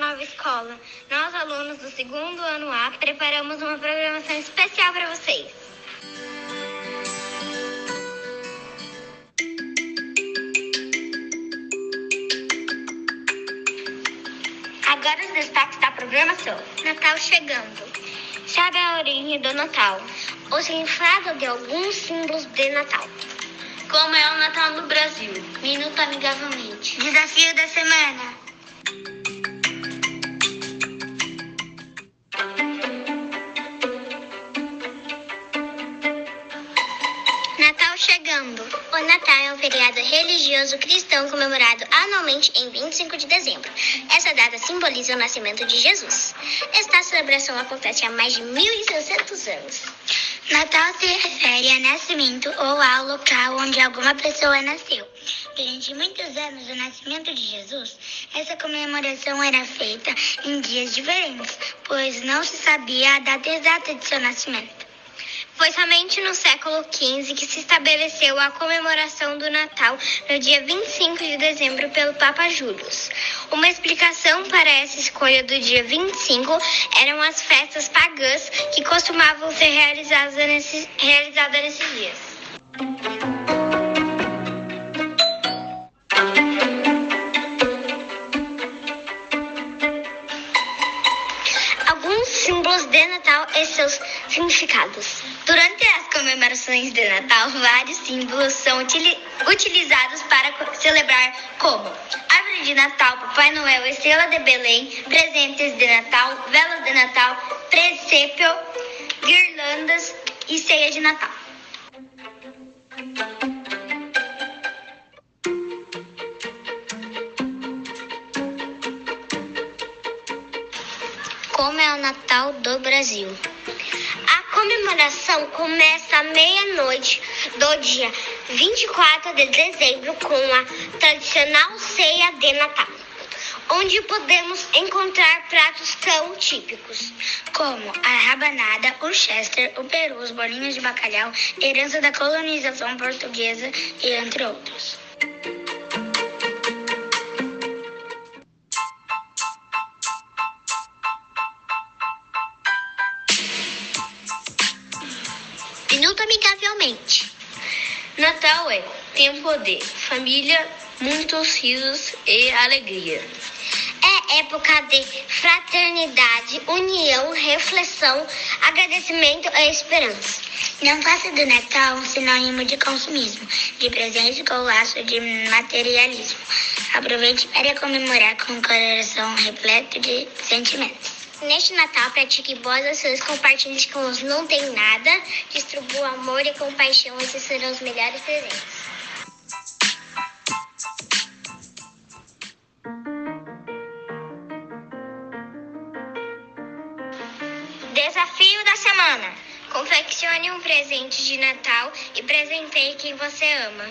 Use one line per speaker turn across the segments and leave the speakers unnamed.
nova escola. Nós, alunos do segundo ano A, preparamos uma programação especial para vocês. Agora os destaques da programação. Natal chegando. Sabe a origem do Natal? O significado de alguns símbolos de Natal. Como é o Natal no Brasil? Minuto amigavelmente. Desafio da semana. Natal chegando. O Natal é um feriado religioso cristão comemorado anualmente em 25 de dezembro. Essa data simboliza o nascimento de Jesus. Esta celebração acontece há mais de 1.600 anos. Natal se refere a nascimento ou ao local onde alguma pessoa nasceu. Durante muitos anos do nascimento de Jesus, essa comemoração era feita em dias diferentes, pois não se sabia a data exata de seu nascimento. Foi somente no século XV que se estabeleceu a comemoração do Natal no dia 25 de dezembro pelo Papa Júlio. Uma explicação para essa escolha do dia 25 eram as festas pagãs que costumavam ser realizadas nesses dias. Alguns símbolos de Natal e seus significados. Durante as comemorações de Natal, vários símbolos são utilizados para celebrar, como árvore de Natal, Papai Noel, estrela de Belém, presentes de Natal, velas de Natal, presépio, guirlandas e ceia de Natal. Como é o Natal do Brasil? A comemoração começa à meia-noite do dia 24 de dezembro com a tradicional ceia de Natal, onde podemos encontrar pratos tão típicos como a rabanada, o chester, o peru, os bolinhos de bacalhau, herança da colonização portuguesa e entre outros. Minuto amigavelmente. Natal é tempo de família, muitos risos e alegria. É época de fraternidade, união, reflexão, agradecimento e esperança. Não faça do Natal um sinônimo de consumismo, de presente com o laço de materialismo. Aproveite para comemorar com o coração repleto de sentimentos. Neste Natal, pratique boas ações, compartilhe com os que não têm nada, distribua amor e compaixão, esses serão os melhores presentes. Desafio da semana. Confeccione um presente de Natal e presenteie quem você ama.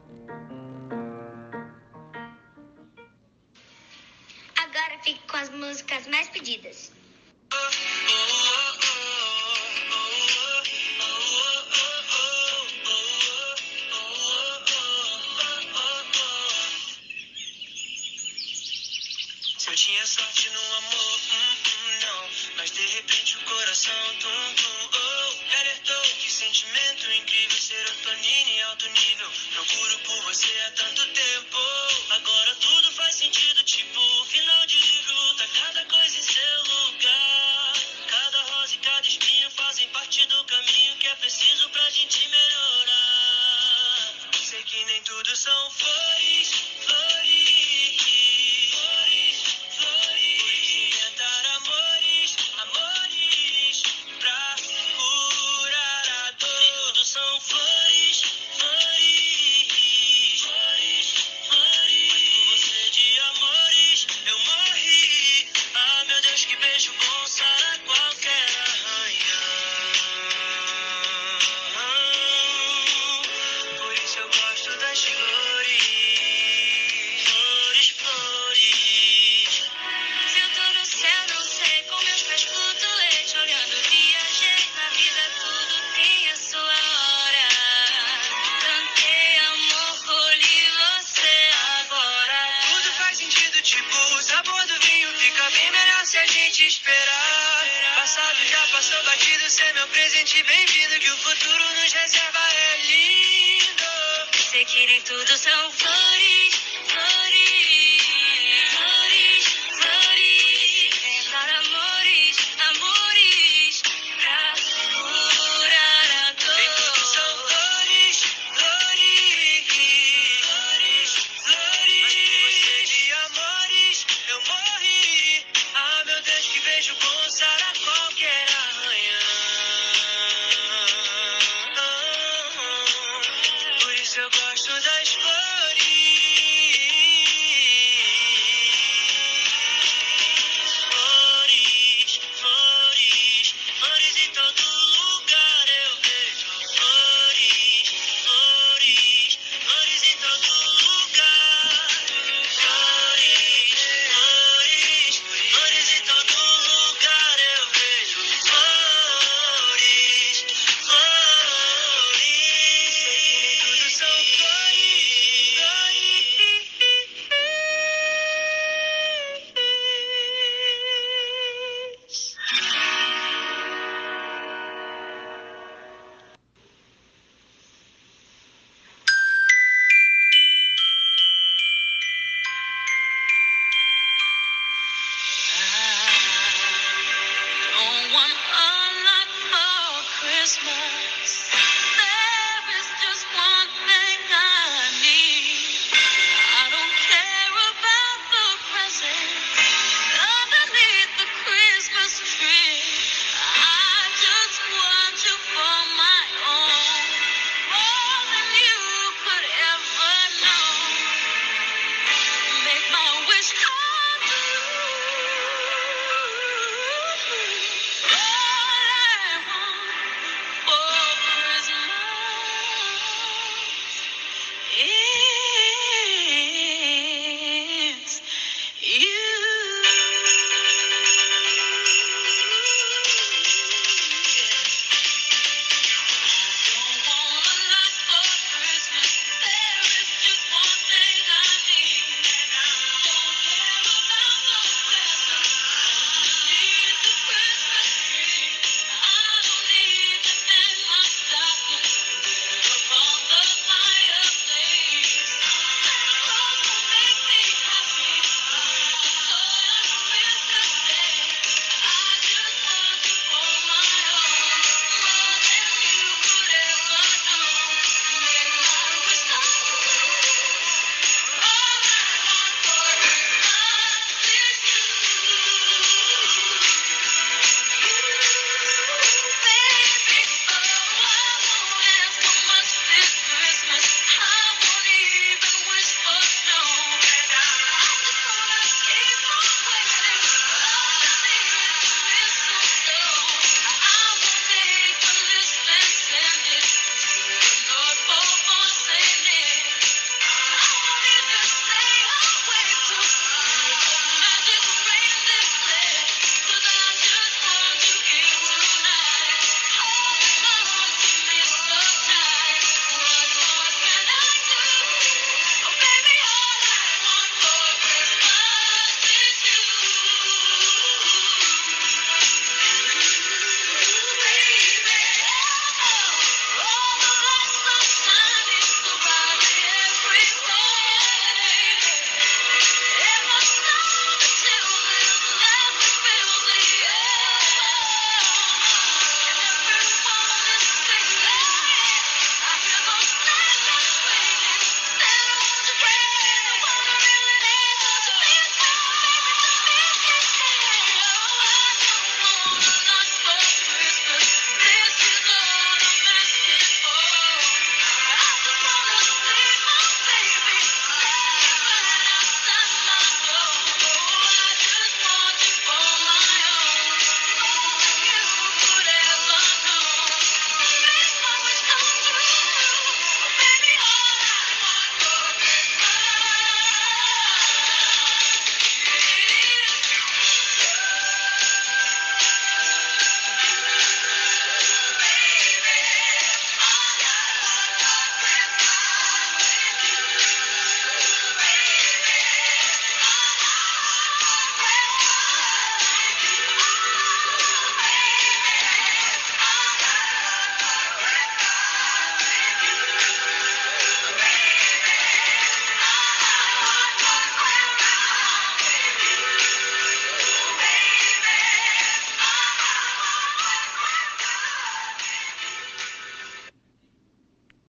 Agora fique com as músicas mais pedidas.
Se eu tinha sorte no amor, não. Mas de repente o coração, me alertou. Que sentimento incrível, serotonina em alto nível. Procuro por você há tanto tempo. Agora tudo faz sentido, tipo final de livro. Tá cada coisa em seu lugar. Cada passou batido, cê é meu presente, bem-vindo. Que o futuro nos reserva é lindo. Sei que nem tudo são flores.